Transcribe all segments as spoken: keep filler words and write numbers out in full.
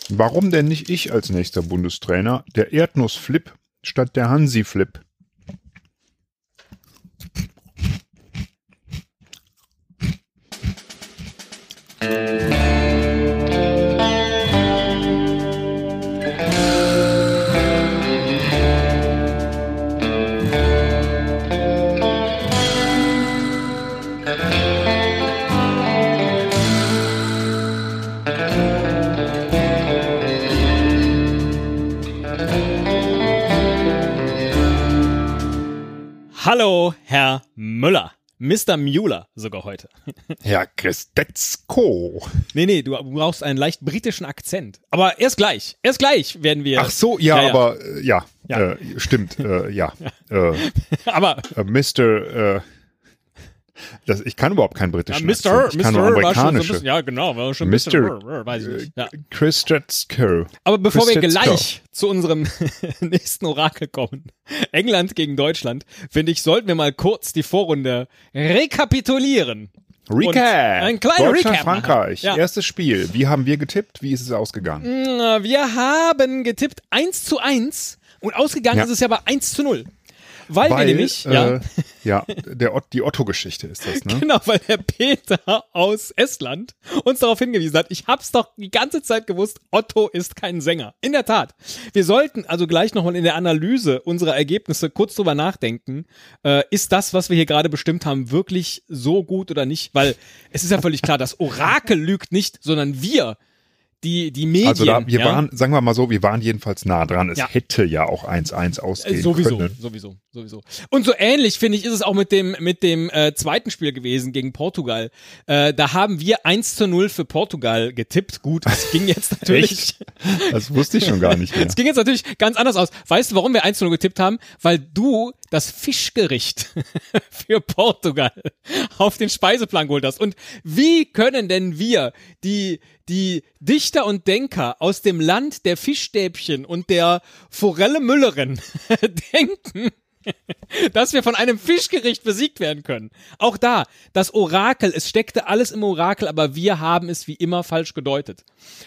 Warum denn nicht ich als nächster Bundestrainer? Der Erdnussflip statt der Hansi-Flip. Hallo, Herr Müller. Mister Müller sogar heute. Herr Christetzko. Nee, nee, du brauchst einen leicht britischen Akzent. Aber erst gleich, erst gleich werden wir... Ach so, ja, ja, ja. aber äh, ja, Ja. Äh, stimmt, äh, ja. Äh, Aber äh, Mister Äh, das, ich kann überhaupt keinen ja, britischen Mister Akzent. Ich kann Mister nur war schon so ein amerikanische. bisschen, ja genau, war schon ein Mister bisschen, weiß ich nicht. Ja. Christetzko. Aber bevor wir Christetzko. gleich zu unserem nächsten Orakel kommen, England gegen Deutschland, finde ich, sollten wir mal kurz die Vorrunde rekapitulieren. Und Recap. ein kleiner Deutschland, Recap machen. Frankreich. Ja. Erstes Spiel. Wie haben wir getippt? Wie ist es ausgegangen? Wir haben getippt eins zu eins und ausgegangen Ja. ist es ja aber eins zu null. Weil, wir nämlich, äh, ja, ja, der Ot- die Otto-Geschichte ist das, ne? genau, weil der Peter aus Estland uns darauf hingewiesen hat, ich hab's doch die ganze Zeit gewusst, Otto ist kein Sänger. In der Tat. Wir sollten also gleich nochmal in der Analyse unserer Ergebnisse kurz drüber nachdenken, äh, ist das, was wir hier gerade bestimmt haben, wirklich so gut oder nicht? Weil es ist ja völlig klar, das Orakel lügt nicht, sondern wir, die, die Medien. Also da, wir ja? waren, sagen wir mal so, wir waren jedenfalls nah dran. Es Ja. hätte ja auch eins eins ausgehen Äh, Sowieso, können. sowieso, sowieso. Und so ähnlich, finde ich, ist es auch mit dem mit dem äh, zweiten Spiel gewesen gegen Portugal. Äh, da haben wir eins zu null für Portugal getippt. Gut, es ging jetzt natürlich... Echt? Das wusste ich schon gar nicht mehr. Es ging jetzt natürlich ganz anders aus. Weißt du, warum wir eins zu null getippt haben? Weil du das Fischgericht für Portugal auf den Speiseplan geholt hast. Und wie können denn wir, die die Dichter und Denker aus dem Land der Fischstäbchen und der Forelle Müllerin denken, dass wir von einem Fischgericht besiegt werden können? Auch da, das Orakel, es steckte alles im Orakel, aber wir haben es wie immer falsch gedeutet.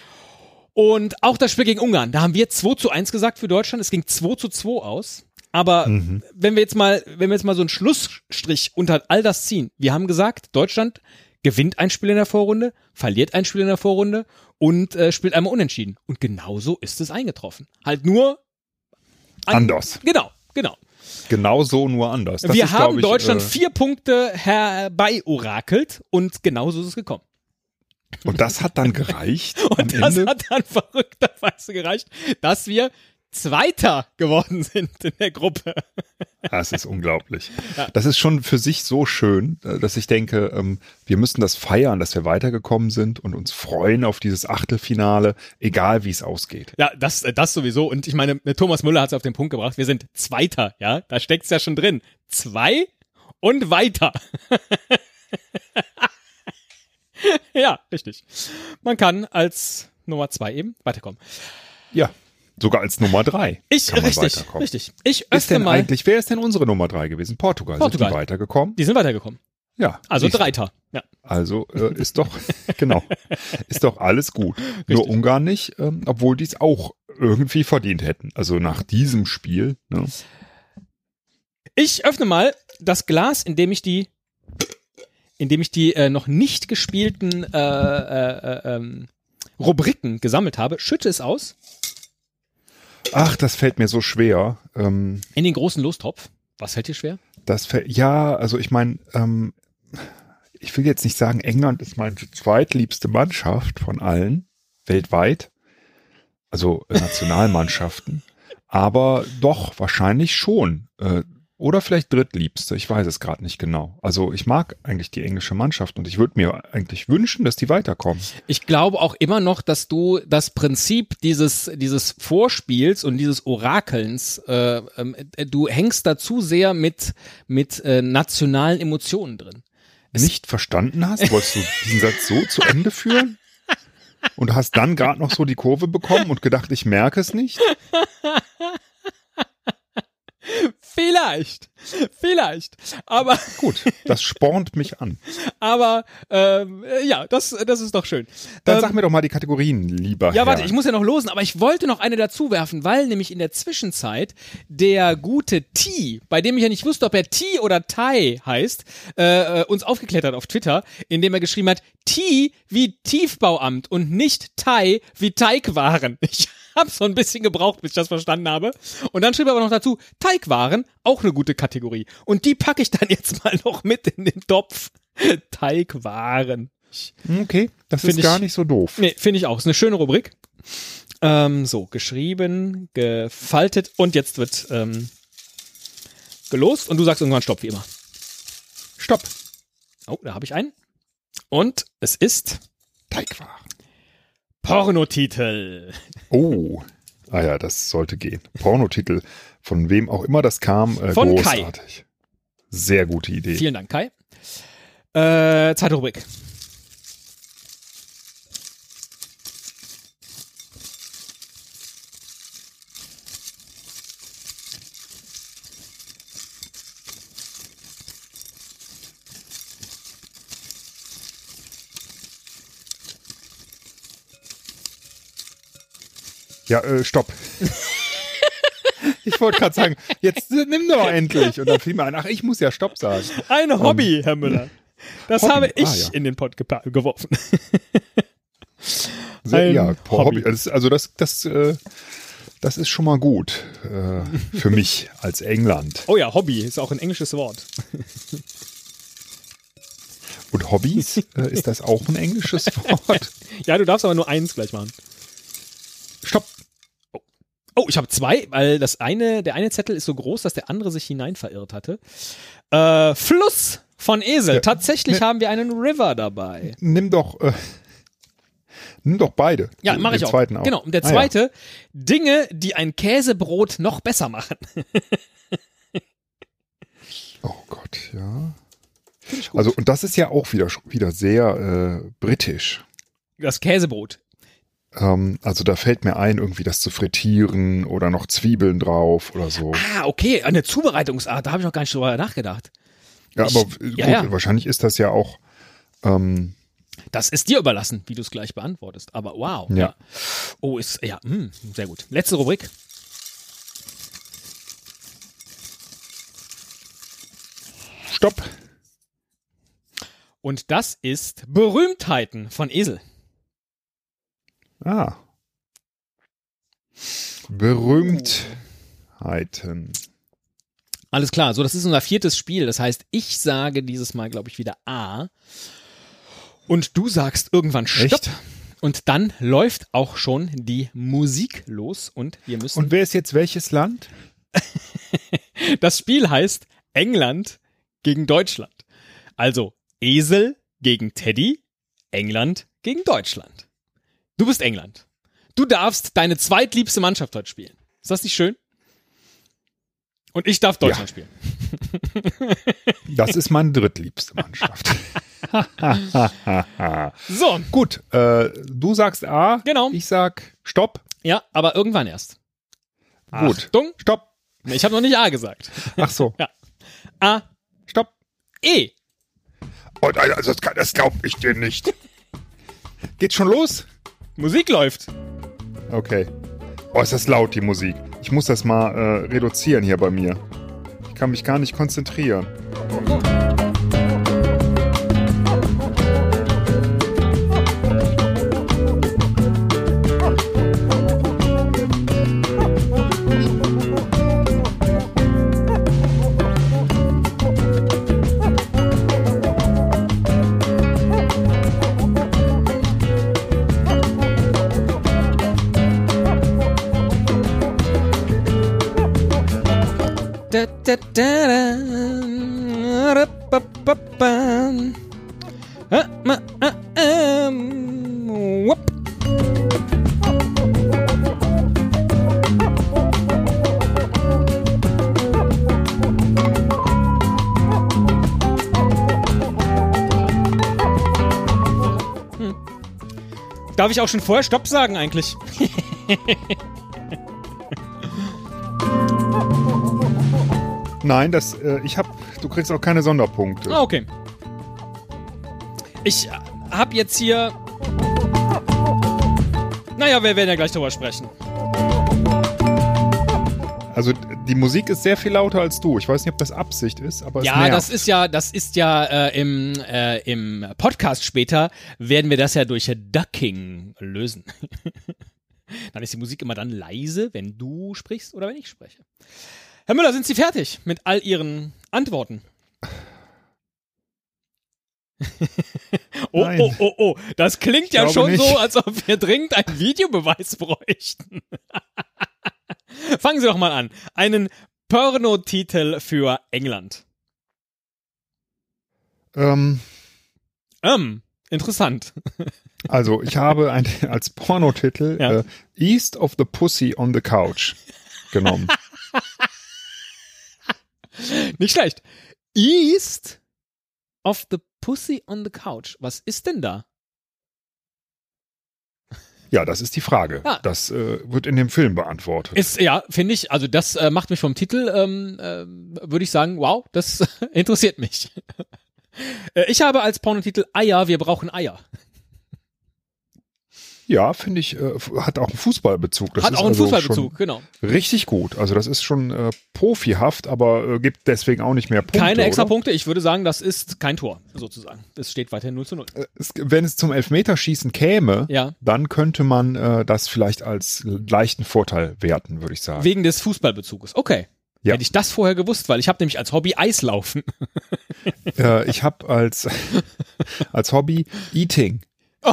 Und auch das Spiel gegen Ungarn, da haben wir zwei zu eins gesagt für Deutschland, es ging zwei zu zwei aus. Aber Mhm. wenn wir jetzt mal, wenn wir jetzt mal so einen Schlussstrich unter all das ziehen, wir haben gesagt, Deutschland gewinnt ein Spiel in der Vorrunde, verliert ein Spiel in der Vorrunde und äh, spielt einmal unentschieden. Und genauso ist es eingetroffen. Halt nur an, Anders. Genau, genau. Genau so, nur anders. Das wir ist, haben glaub ich, Deutschland äh, vier Punkte herbeiorakelt und genauso ist es gekommen. Und das hat dann gereicht am Und das Ende. hat dann verrückterweise gereicht, dass wir Zweiter geworden sind in der Gruppe. Das ist unglaublich. Das ist schon für sich so schön, dass ich denke, ähm, wir müssen das feiern, dass wir weitergekommen sind und uns freuen auf dieses Achtelfinale, egal wie es ausgeht. Ja, das, das sowieso. Und ich meine, Thomas Müller hat es auf den Punkt gebracht. Wir sind Zweiter, ja. Da steckt's ja schon drin. Zwei und weiter. Ja, richtig. Man kann als Nummer zwei eben weiterkommen. Ja, sogar als Nummer drei Ich, kann man richtig, weiterkommen. richtig. Ich Ist öffne denn mal. eigentlich, wer ist denn unsere Nummer drei gewesen? Portugal. Portugal. Sind die weitergekommen? Die sind weitergekommen. Ja. Also siehst du. Dreiter. Ja. Also äh, ist doch, genau, ist doch alles gut. Nur Ungarn nicht, ähm, obwohl die es auch irgendwie verdient hätten. Also nach diesem Spiel. Ne? Ich öffne mal das Glas, in dem ich die, in dem ich die äh, noch nicht gespielten äh, äh, ähm, Rubriken gesammelt habe. Schütte es aus Ach, das fällt mir so schwer. Ähm, in den großen Lostopf. Was fällt dir schwer? das fällt, ja, also ich meine, ähm, ich will jetzt nicht sagen, England ist meine zweitliebste Mannschaft von allen weltweit. Also äh, Nationalmannschaften. Aber doch, wahrscheinlich schon. Äh, Oder vielleicht drittliebste, ich weiß es gerade nicht genau. Also ich mag eigentlich die englische Mannschaft und ich würde mir eigentlich wünschen, dass die weiterkommen. Ich glaube auch immer noch, dass du das Prinzip dieses dieses Vorspiels und dieses Orakelns, äh, äh, du hängst da zu sehr mit mit äh, nationalen Emotionen drin. Es Nicht verstanden hast? Wolltest du diesen Satz so zu Ende führen? Und hast dann gerade noch so die Kurve bekommen und gedacht, ich merke es nicht? Vielleicht. Vielleicht. Aber Gut, das spornt mich an. Aber ähm, ja, das, das ist doch schön. Dann ähm, sag mir doch mal die Kategorien, lieber Ja, Herr. warte, ich muss ja noch losen, aber ich wollte noch eine dazu werfen, weil nämlich in der Zwischenzeit der gute T, bei dem ich ja nicht wusste, ob er T oder Tai heißt, äh, uns aufgeklärt hat auf Twitter, indem er geschrieben hat, T wie Tiefbauamt und nicht Tai wie Teigwaren. Ich habe so ein bisschen gebraucht, bis ich das verstanden habe. Und dann schrieb er aber noch dazu, Teigwaren, auch eine gute Kategorie. Und die packe ich dann jetzt mal noch mit in den Topf. Teigwaren. Okay, das Find ist gar ich- nicht so doof. Nee, finde ich auch. Ist eine schöne Rubrik. Ähm, so, geschrieben, gefaltet und jetzt wird ähm, gelost und du sagst irgendwann Stopp, wie immer. Stopp. Oh, da habe ich einen. Und es ist Teigwaren. Pornotitel. Oh. Ah ja, das sollte gehen. Pornotitel. Von wem auch immer das kam. Äh, Von Kai. großartig. Sehr gute Idee. Vielen Dank, Kai. Äh, zweite Rubrik. Ja, äh, stopp. Ich wollte gerade sagen, jetzt äh, nimm doch endlich. Und dann fiel mir ein, ach, ich muss ja Stopp sagen. Ein Hobby, Herr Müller. Das Hobby, habe ich ah, ja. in den Pott gepa- geworfen. Sehr, Ein ja, Hobby. Hobby. Das, also das, das, äh, das ist schon mal gut äh, für mich als England. Oh ja, Hobby ist auch ein englisches Wort. Und Hobbys, äh, ist das auch ein englisches Wort? Ja, du darfst aber nur eins gleich machen. Stopp. Oh, ich habe zwei, weil das eine, der eine Zettel ist so groß, dass der andere sich hinein verirrt hatte. Äh, Fluss von Esel. Ja, Tatsächlich ne- haben wir einen River dabei. Nimm doch, äh, nimm doch beide. Ja, Den- mache ich den auch. Zweiten auch. Genau. Und der Ah, ja. zweite, Dinge, die ein Käsebrot noch besser machen. Oh Gott, ja. Finde ich gut. Also, und das ist ja auch wieder, wieder sehr äh, britisch. Das Käsebrot. Ähm, also da fällt mir ein, irgendwie das zu frittieren oder noch Zwiebeln drauf oder so. Ah, okay, eine Zubereitungsart, da habe ich noch gar nicht drüber nachgedacht. Ja, ich- aber äh, ja, gut, ja. wahrscheinlich ist das ja auch, ähm, Das ist dir überlassen, wie du es gleich beantwortest. Aber wow. Ja. Oh, ist, ja, mh, sehr gut. Letzte Rubrik. Stopp. Und das ist Berühmtheiten von Esel. Ah. Berühmtheiten. Alles klar, so das ist unser viertes Spiel. Das heißt, ich sage dieses Mal, glaube ich, wieder A. Und du sagst irgendwann Stopp. Echt? Und dann läuft auch schon die Musik los und wir müssen. Und wer ist jetzt welches Land? Das Spiel heißt England gegen Deutschland. Also Esel gegen Teddy, England gegen Deutschland. Du bist England. Du darfst deine zweitliebste Mannschaft heute spielen. Ist das nicht schön? Und ich darf Deutschland Ja. spielen. Das ist meine drittliebste Mannschaft. So, Gut, äh, du sagst A, Genau. ich sag Stopp. ja, aber irgendwann erst. Gut. Achtung, Stopp. ich habe noch nicht A gesagt. Ach so. Ja. A, Stopp. E. Oh, nein, also das, kann- das glaub ich dir nicht. Geht's schon los? Musik läuft. Okay. Oh, ist das laut, die Musik. Ich muss das mal äh, reduzieren hier bei mir. Ich kann mich gar nicht konzentrieren. Da, da, da, da. Ra, pa, pa, pa. Ah, ma, ah, ähm. Wupp. Hm. Darf ich auch schon vorher Stopp sagen eigentlich? Nein, das, äh, ich hab, du kriegst auch keine Sonderpunkte. Ah, okay. Ich hab jetzt hier... Naja, wir werden ja gleich drüber sprechen. Also die Musik ist sehr viel lauter als du. Ich weiß nicht, ob das Absicht ist, aber es Ja, nervt. das ist ja, das ist ja äh, im, äh, im Podcast später werden wir das ja durch Ducking lösen. Dann ist die Musik immer dann leise, wenn du sprichst oder wenn ich spreche. Herr Müller, sind Sie fertig mit all Ihren Antworten? oh, Nein. oh, oh, oh. Das klingt Ich ja glaube schon nicht. so, als ob wir dringend einen Videobeweis bräuchten. Fangen Sie doch mal an. Einen Pornotitel für England. Ähm, Ähm, interessant. also ich habe ein, als Pornotitel Ja. äh, East of the Pussy on the Couch genommen. Nicht schlecht. East of the Pussy on the Couch. Was ist denn da? Ja, das ist die Frage. Ja. Das äh, wird in dem Film beantwortet. Ist, ja, finde ich, also das äh, macht mich vom Titel, ähm, äh, würde ich sagen, wow, das interessiert mich. äh, ich habe als Pornotitel Eier, wir brauchen Eier. Ja, finde ich, äh, hat auch einen Fußballbezug. Das Hat ist auch einen also Fußballbezug, genau. schon richtig gut. Also das ist schon äh, profihaft, aber äh, gibt deswegen auch nicht mehr Punkte. Keine extra oder? Punkte, ich würde sagen, das ist kein Tor, sozusagen. Es steht weiterhin null zu null. Äh, Es, wenn es zum Elfmeterschießen käme, Ja. dann könnte man äh, das vielleicht als leichten Vorteil werten, würde ich sagen. Wegen des Fußballbezuges. Okay. Ja. Hätte ich das vorher gewusst, weil ich habe nämlich als Hobby Eislaufen. äh, ich habe als, als Hobby Eating. Oh.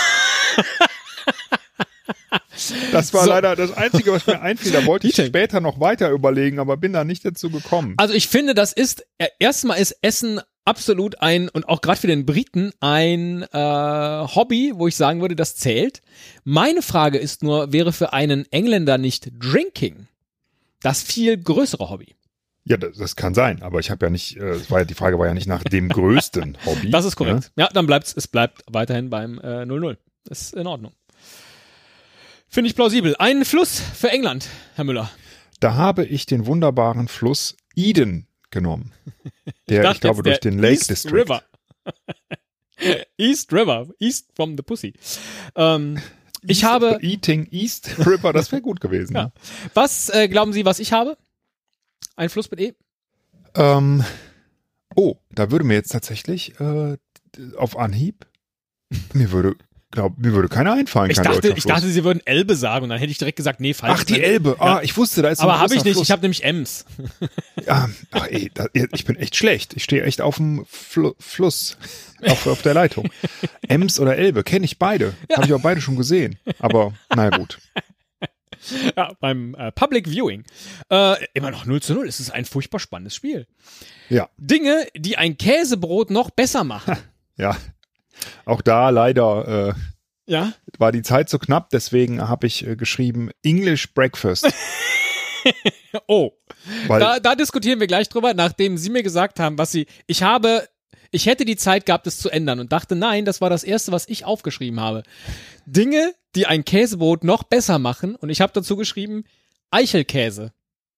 Das war So. leider das Einzige, was mir einfiel. Da wollte ich Eating. später noch weiter überlegen, aber bin da nicht dazu gekommen. Also ich finde, das ist, äh, erstmal ist Essen absolut ein, und auch gerade für den Briten, ein äh, Hobby, wo ich sagen würde, das zählt. Meine Frage ist nur, wäre für einen Engländer nicht Drinking das viel größere Hobby? Ja, das, das kann sein, aber ich habe ja nicht, äh, es war ja, die Frage war ja nicht nach dem größten Hobby. Das ist korrekt. Ne? Ja, dann bleibt's, es bleibt weiterhin beim äh, null null. Ist in Ordnung. Finde ich plausibel. Ein Fluss für England, Herr Müller. Da habe ich den wunderbaren Fluss Eden genommen. Der, ich, dachte glaube, jetzt durch der den Lake East District. River. East River. East from the Pussy. Ähm, ich East habe... of the Eating East River, das wäre gut gewesen. Ja. Was äh, glauben Sie, was ich habe? Ein Fluss mit E? Ähm, oh, da würde mir jetzt tatsächlich äh, auf Anhieb, mir würde, glaub, mir würde keiner einfallen. Ich kein dachte, deutscher ich Fluss. dachte, Sie würden Elbe sagen und dann hätte ich direkt gesagt, nee, falsch. Ach, die Elbe. Ja. Ah, ich wusste, da ist so ein Aber habe ich großer nicht, Fluss. ich habe nämlich Ems. Ja, ach, ey, da, ich bin echt schlecht. Ich stehe echt auf dem Fl- Fluss, auf, auf der Leitung. Ems oder Elbe, kenne ich beide. Habe ich auch beide schon gesehen. Aber naja, gut. Ja, beim äh, Public Viewing. Äh, immer noch null zu null. Es ist ein furchtbar spannendes Spiel. Ja, Dinge, die ein Käsebrot noch besser machen. ja. Auch da leider äh, Ja? war die Zeit zu knapp, deswegen habe ich äh, geschrieben English Breakfast. Oh. Weil, Da, da diskutieren wir gleich drüber, nachdem Sie mir gesagt haben, was Sie. Ich habe. Ich hätte die Zeit gehabt, es zu ändern und dachte, nein, das war das Erste, was ich aufgeschrieben habe. Dinge, die ein Käsebrot noch besser machen, und ich habe dazu geschrieben, Eichelkäse.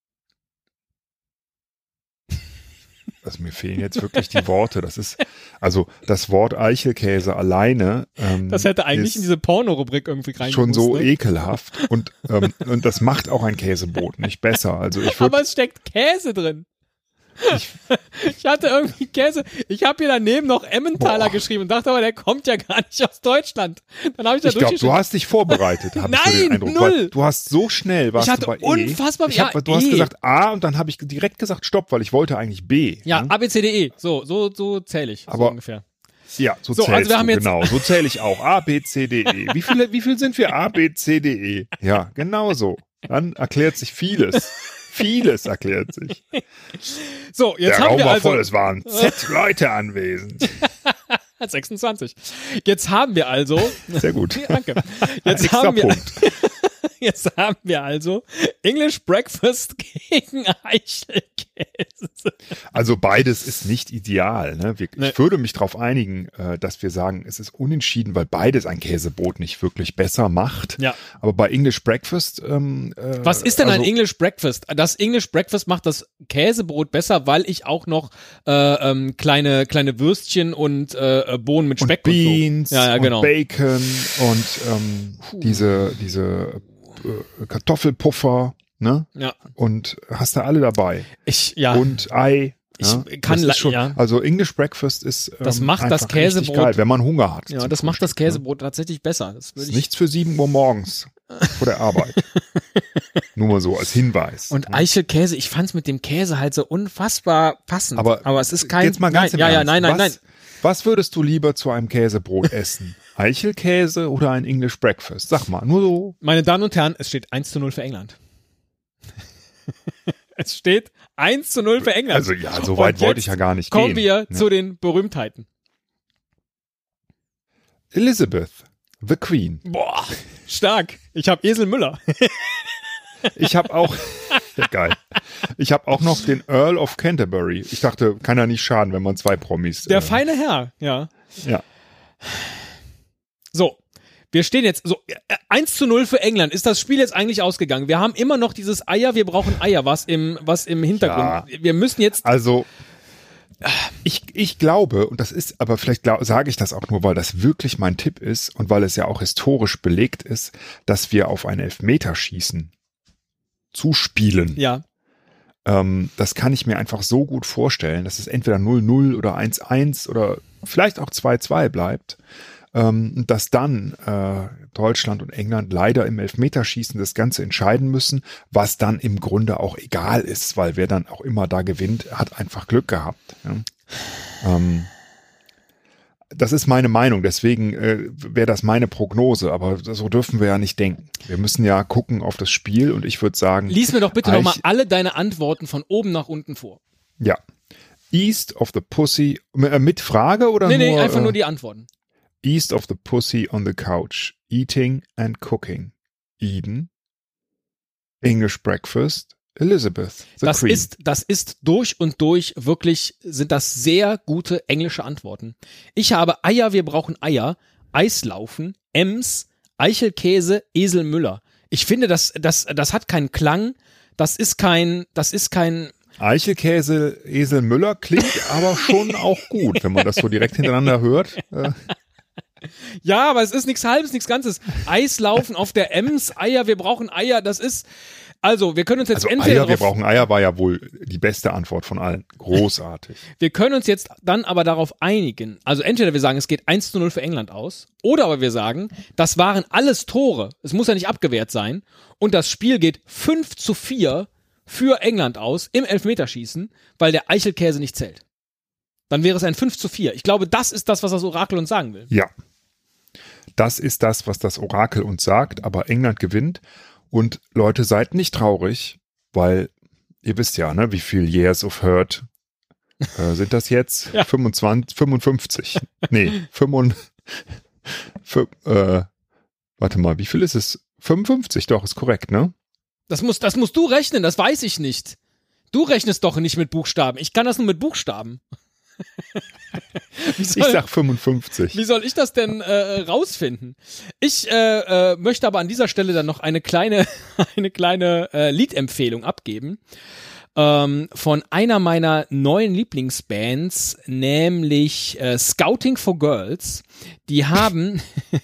also mir fehlen jetzt wirklich die Worte. Das ist, also das Wort Eichelkäse alleine ähm, Das hätte eigentlich ist in diese Porno-Rubrik irgendwie schon reingemusst. so ne? ekelhaft und, ähm, und das macht auch ein Käsebrot nicht besser. Also ich Aber würde, es steckt Käse drin. Ich hatte irgendwie Käse. Ich habe hier daneben noch Emmentaler Boah. geschrieben und dachte aber, der kommt ja gar nicht aus Deutschland. Dann habe ich da ich glaube, du durchgeschrieben. hast dich vorbereitet, habe ich so Nein, den Eindruck. null. Weil du hast so schnell, warst Ich hatte du bei E. unfassbar- Ich hab, ja, du hast E. gesagt A und dann habe ich direkt gesagt Stopp, weil ich wollte eigentlich B. Ja, ne? A, B, C, D, E. So, so, so zähle ich. Aber- so ungefähr. Ja, so, So, zählst also wir haben du, jetzt- genau. So zähle ich auch. A, B, C, D, E. Wie viele, wie viel sind wir? A, B, C, D, E. Ja, genau so. Dann erklärt sich vieles. Vieles erklärt sich. So, jetzt Der haben Raum wir war also voll, es waren Z Leute anwesend. sechsundzwanzig. Jetzt haben wir also, Sehr gut. ja, danke. Jetzt Extra haben wir, Punkt. jetzt haben wir also English Breakfast gegen Eichelkäse. Also beides ist nicht ideal. Ne? Wir, Nee. Ich würde mich darauf einigen, äh, dass wir sagen, es ist unentschieden, weil beides ein Käsebrot nicht wirklich besser macht. Ja. Aber bei English Breakfast ähm, äh, Was ist denn also, ein English Breakfast? Das English Breakfast macht das Käsebrot besser, weil ich auch noch äh, ähm, kleine kleine Würstchen und äh, Bohnen mit und Speck Beans und so. Ja, ja, genau. und Bacon und ähm, diese diese äh, Kartoffelpuffer, ne? Ja. Und hast du alle dabei. Ich ja. Und Ei. Ich ja? kann Das la- ist schon, ja. Also English Breakfast ist ähm, Das macht das einfach richtig Käsebrot- geil, wenn man Hunger hat. ja, zum das macht das Frühstück, ne? Käsebrot tatsächlich besser. Das Das würde ist ich. nichts für sieben Uhr morgens vor der Arbeit. Nur mal so als Hinweis. Und Eichelkäse, ich fand's mit dem Käse halt so unfassbar passend. Aber, aber es ist kein. jetzt mal ganz nein, im ja, ja, Ernst. nein, nein, was, nein. Was würdest du lieber zu einem Käsebrot essen? Eichelkäse oder ein English Breakfast? Sag mal, nur so. Meine Damen und Herren, es steht eins zu null für England. Es steht eins zu null für England. Also ja, so weit Und wollte jetzt ich ja gar nicht Kommen gehen. wir Ja. zu den Berühmtheiten. Elizabeth, the Queen. Boah, stark. Ich habe Esel Müller. Ich habe auch, ja, geil. Ich habe auch noch den Earl of Canterbury. Ich dachte, kann ja nicht schaden, wenn man zwei Promis. Der äh, feine Herr, ja. Ja. So, wir stehen jetzt, so, äh, eins zu null für England. Ist das Spiel jetzt eigentlich ausgegangen? Wir haben immer noch dieses Eier, wir brauchen Eier, was im, was im Hintergrund. Wir müssen jetzt, Also, ich, ich glaube, und das ist, aber vielleicht glaub, sage ich das auch nur, weil das wirklich mein Tipp ist und weil es ja auch historisch belegt ist, dass wir auf ein Elfmeterschießen zuspielen. ja, Ähm, das kann ich mir einfach so gut vorstellen, dass es entweder null null oder eins eins oder vielleicht auch zwei zwei bleibt, ähm, dass dann äh, Deutschland und England leider im Elfmeterschießen das Ganze entscheiden müssen, was dann im Grunde auch egal ist, weil wer dann auch immer da gewinnt, hat einfach Glück gehabt. Ja. Ähm, das ist meine Meinung, deswegen äh, wäre das meine Prognose, aber so dürfen wir ja nicht denken. Wir müssen ja gucken auf das Spiel und ich würde sagen, lies mir doch bitte Eich- nochmal alle deine Antworten von oben nach unten vor. ja, East of the Pussy, äh, mit Frage oder Nee, nur? nee, einfach äh, nur die Antworten. East of the Pussy on the couch, eating and cooking. Eden, English breakfast, Elizabeth, the Das Queen. ist, das ist durch und durch wirklich, sind das sehr gute englische Antworten. Ich habe Eier, wir brauchen Eier, Eislaufen, Ems, Eichelkäse, Esel Müller. Ich finde, das, das, das hat keinen Klang, das ist kein, das ist kein, Eichelkäse, Esel Müller klingt aber schon auch gut, wenn man das so direkt hintereinander hört. Äh, ja, aber es ist nichts Halbes, nichts Ganzes. Eislaufen auf der Ems, Eier, wir brauchen Eier, das ist, also wir können uns jetzt also entweder Eier, wir darauf, brauchen Eier war ja wohl die beste Antwort von allen. Großartig. wir können uns jetzt dann aber darauf einigen, also entweder wir sagen, es geht eins zu null für England aus, oder aber wir sagen, das waren alles Tore, es muss ja nicht abgewehrt sein, und das Spiel geht fünf zu vier für England aus im Elfmeterschießen, weil der Eichelkäse nicht zählt. Dann wäre es ein fünf zu vier. Ich glaube, das ist das, was das Orakel uns sagen will. Ja. Das ist das, was das Orakel uns sagt, aber England gewinnt. Und Leute, seid nicht traurig, weil ihr wisst ja, ne, wie viel Years of Hurt äh, sind das jetzt? Ja. fünfundzwanzig, fünfundfünfzig. Nee, fünfundfünfzig. Äh, warte mal, wie viel ist es? fünfundfünfzig, doch, ist korrekt, ne? Das, muss, das musst du rechnen, das weiß ich nicht. Du rechnest doch nicht mit Buchstaben. Ich kann das nur mit Buchstaben. Wie Ich soll, sag fünfundfünfzig. wie soll ich das denn äh, rausfinden? Ich äh, äh, möchte aber an dieser Stelle dann noch eine kleine, eine kleine äh, Liedempfehlung abgeben. Ähm, von einer meiner neuen Lieblingsbands, nämlich äh, Scouting for Girls. Die haben,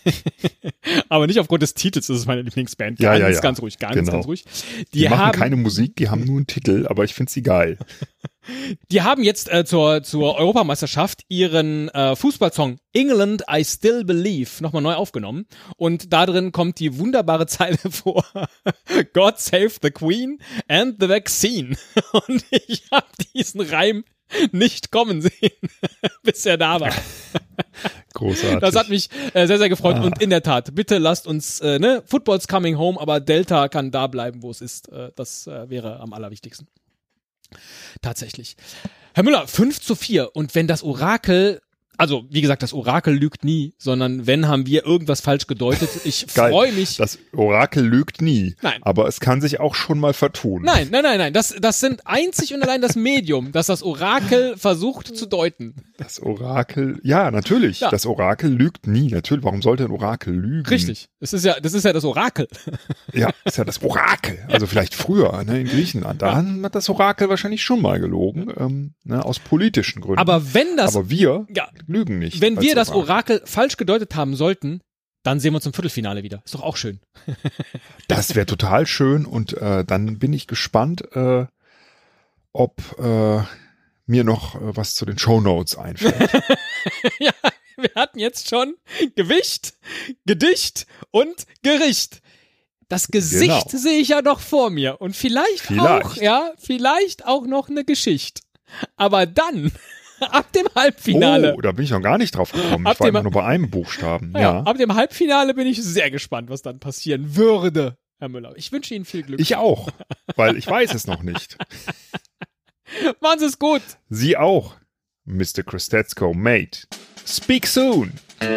aber nicht aufgrund des Titels, das ist meine Lieblingsband. Ja, Ganz, ja, ja. ganz ruhig, ganz, Genau. ganz ruhig. Die, Die machen haben, keine Musik, die haben nur einen Titel, aber ich finde sie geil. die haben jetzt äh, zur, zur Europameisterschaft ihren äh, Fußballsong England I Still Believe nochmal neu aufgenommen. Und da drin kommt die wunderbare Zeile vor. God save the Queen and the vaccine. Und ich habe diesen Reim nicht kommen sehen, bis er da war. Großartig. Das hat mich äh, sehr, sehr gefreut. Ah. Und in der Tat, bitte lasst uns, äh, ne, Football's coming home, aber Delta kann da bleiben, wo es ist. Äh, das äh, wäre am allerwichtigsten. Tatsächlich. Herr Müller, fünf zu vier. Und wenn das Orakel Also, wie gesagt, das Orakel lügt nie, sondern wenn, haben wir irgendwas falsch gedeutet. Ich freue mich. Das Orakel lügt nie. Nein. Aber es kann sich auch schon mal vertun. Nein, nein, nein, nein. Das, das sind einzig und allein das Medium, das das Orakel versucht zu deuten. Das Orakel, ja, natürlich. Ja. Das Orakel lügt nie. Natürlich. Warum sollte ein Orakel lügen? Richtig. Das ist ja, das ist ja das Orakel. Ja, ist ja das Orakel. Also vielleicht früher, ne, in Griechenland. Da Ja. hat das Orakel wahrscheinlich schon mal gelogen, ähm, ne, aus politischen Gründen. Aber wenn das, Aber wir ja, lügen nicht. wenn als wir das Orakel falsch gedeutet haben sollten, dann sehen wir uns im Viertelfinale wieder. Ist doch auch schön. Das wäre total schön und äh, dann bin ich gespannt, äh, ob äh, mir noch äh, was zu den Shownotes einfällt. Ja, wir hatten jetzt schon Gewicht, Gedicht und Gericht. Das Gesicht Genau. sehe ich ja noch vor mir und vielleicht, Vielleicht. auch, ja, vielleicht auch noch eine Geschichte. Aber dann, ab dem Halbfinale, Oh, da bin ich noch gar nicht drauf gekommen. Ab Ich war dem- immer nur bei einem Buchstaben. ja, Ja. ab dem Halbfinale bin ich sehr gespannt, was dann passieren würde, Herr Müller. Ich wünsche Ihnen viel Glück. Ich auch, weil ich weiß es noch nicht. Machen Sie es gut. Sie auch, Mister Christetzko, Mate. Speak soon.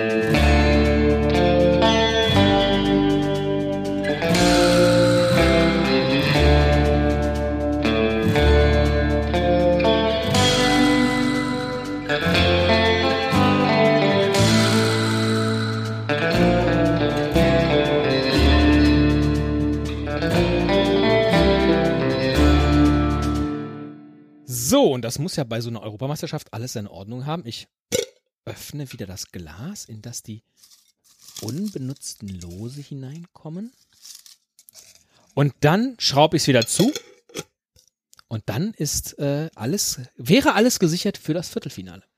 So, und das muss ja bei so einer Europameisterschaft alles seine Ordnung haben. Ich öffne wieder das Glas, in das die unbenutzten Lose hineinkommen. Und dann schraube ich es wieder zu. Und dann ist äh, alles, wäre alles gesichert für das Viertelfinale.